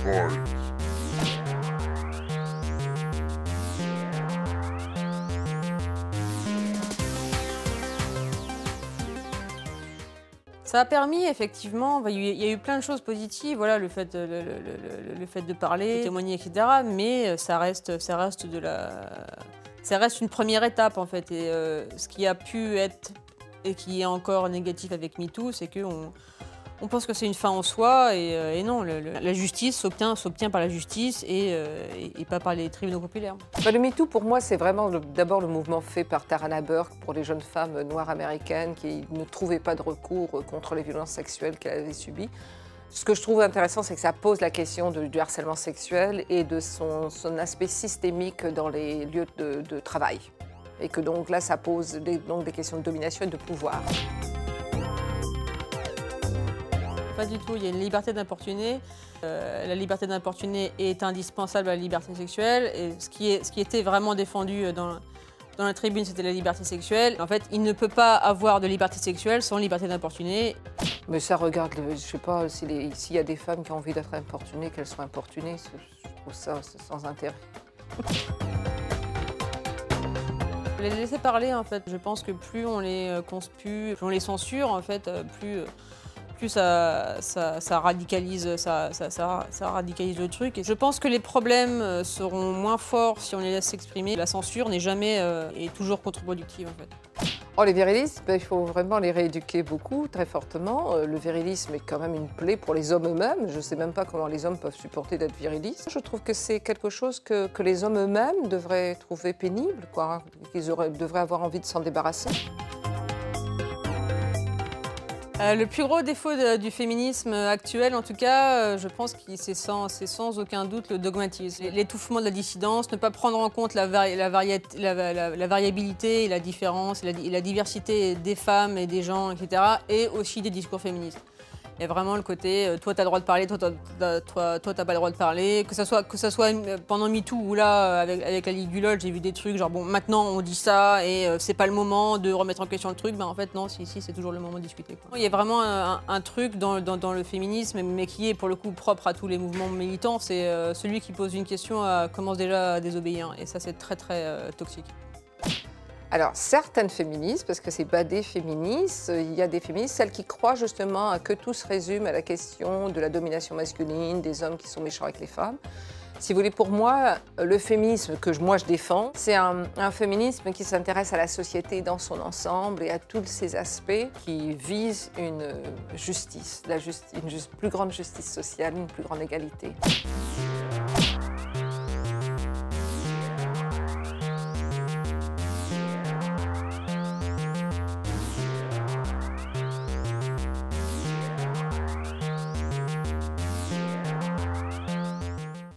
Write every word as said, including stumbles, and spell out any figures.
Ça a permis effectivement, il y a eu plein de choses positives, voilà, le fait, le, le, le, le fait de parler, de témoigner, et cetera. Mais ça reste, ça reste de la, ça reste une première étape en fait. Et euh, ce qui a pu être et qui est encore négatif avec MeToo, c'est qu'on on pense que c'est une fin en soi et, euh, et non, le, le, la justice s'obtient, s'obtient par la justice et, euh, et, et pas par les tribunaux populaires. Bah, le MeToo, pour moi, c'est vraiment d'abord le mouvement fait par Tarana Burke pour les jeunes femmes noires américaines qui ne trouvaient pas de recours contre les violences sexuelles qu'elles avaient subies. Ce que je trouve intéressant, c'est que ça pose la question de, du harcèlement sexuel et de son, son aspect systémique dans les lieux de, de travail. Et que donc là, ça pose des, donc des questions de domination et de pouvoir. Pas du tout, il y a une liberté d'importuner. Euh, la liberté d'importuner est indispensable à la liberté sexuelle. Et ce qui, est, ce qui était vraiment défendu dans, dans la tribune, c'était la liberté sexuelle. En fait, il ne peut pas avoir de liberté sexuelle sans liberté d'importuner. Mais ça regarde, je ne sais pas, s'il si y a des femmes qui ont envie d'être importunées, qu'elles soient importunées, je trouve ça sans intérêt. Les laisser parler, en fait. Je pense que plus on les conspue, plus on les censure, en fait, plus... plus ça, ça, ça, radicalise, ça, ça, ça, ça radicalise le truc. Et je pense que les problèmes seront moins forts si on les laisse s'exprimer. La censure n'est jamais euh, et toujours contre-productive en fait. Oh, les virilistes, ben, il faut vraiment les rééduquer beaucoup, très fortement. Le virilisme est quand même une plaie pour les hommes eux-mêmes. Je ne sais même pas comment les hommes peuvent supporter d'être virilistes. Je trouve que c'est quelque chose que, que les hommes eux-mêmes devraient trouver pénible, quoi. Qu'ils auraient, devraient avoir envie de s'en débarrasser. Euh, le plus gros défaut de, du féminisme actuel, en tout cas, euh, je pense que c'est sans, sans aucun doute le dogmatisme. L'étouffement de la dissidence, ne pas prendre en compte la, vari, la, variété, la, la, la variabilité et la différence, et la, et la diversité des femmes et des gens, et cetera, et aussi des discours féministes. Il y a vraiment le côté, euh, toi, tu as le droit de parler, toi, toi, toi, toi t'as pas le droit de parler. Que ça soit, que ça soit pendant MeToo ou là, avec, avec la Ligue du LOL, j'ai vu des trucs genre, bon, maintenant, on dit ça et euh, c'est pas le moment de remettre en question le truc. Ben, en fait, non, si, si, c'est toujours le moment de discuter, quoi. Il y a vraiment un, un truc dans, dans, dans le féminisme, mais qui est pour le coup propre à tous les mouvements militants, c'est euh, celui qui pose une question à, commence déjà à désobéir. Et ça, c'est très, très euh, toxique. Alors, certaines féministes, parce que c'est pas des féministes, il y a des féministes, celles qui croient justement que tout se résume à la question de la domination masculine, des hommes qui sont méchants avec les femmes. Si vous voulez, pour moi, le féminisme que moi je défends, c'est un, un féminisme qui s'intéresse à la société dans son ensemble et à tous ces aspects qui visent une justice, la justi- une just- plus grande justice sociale, une plus grande égalité.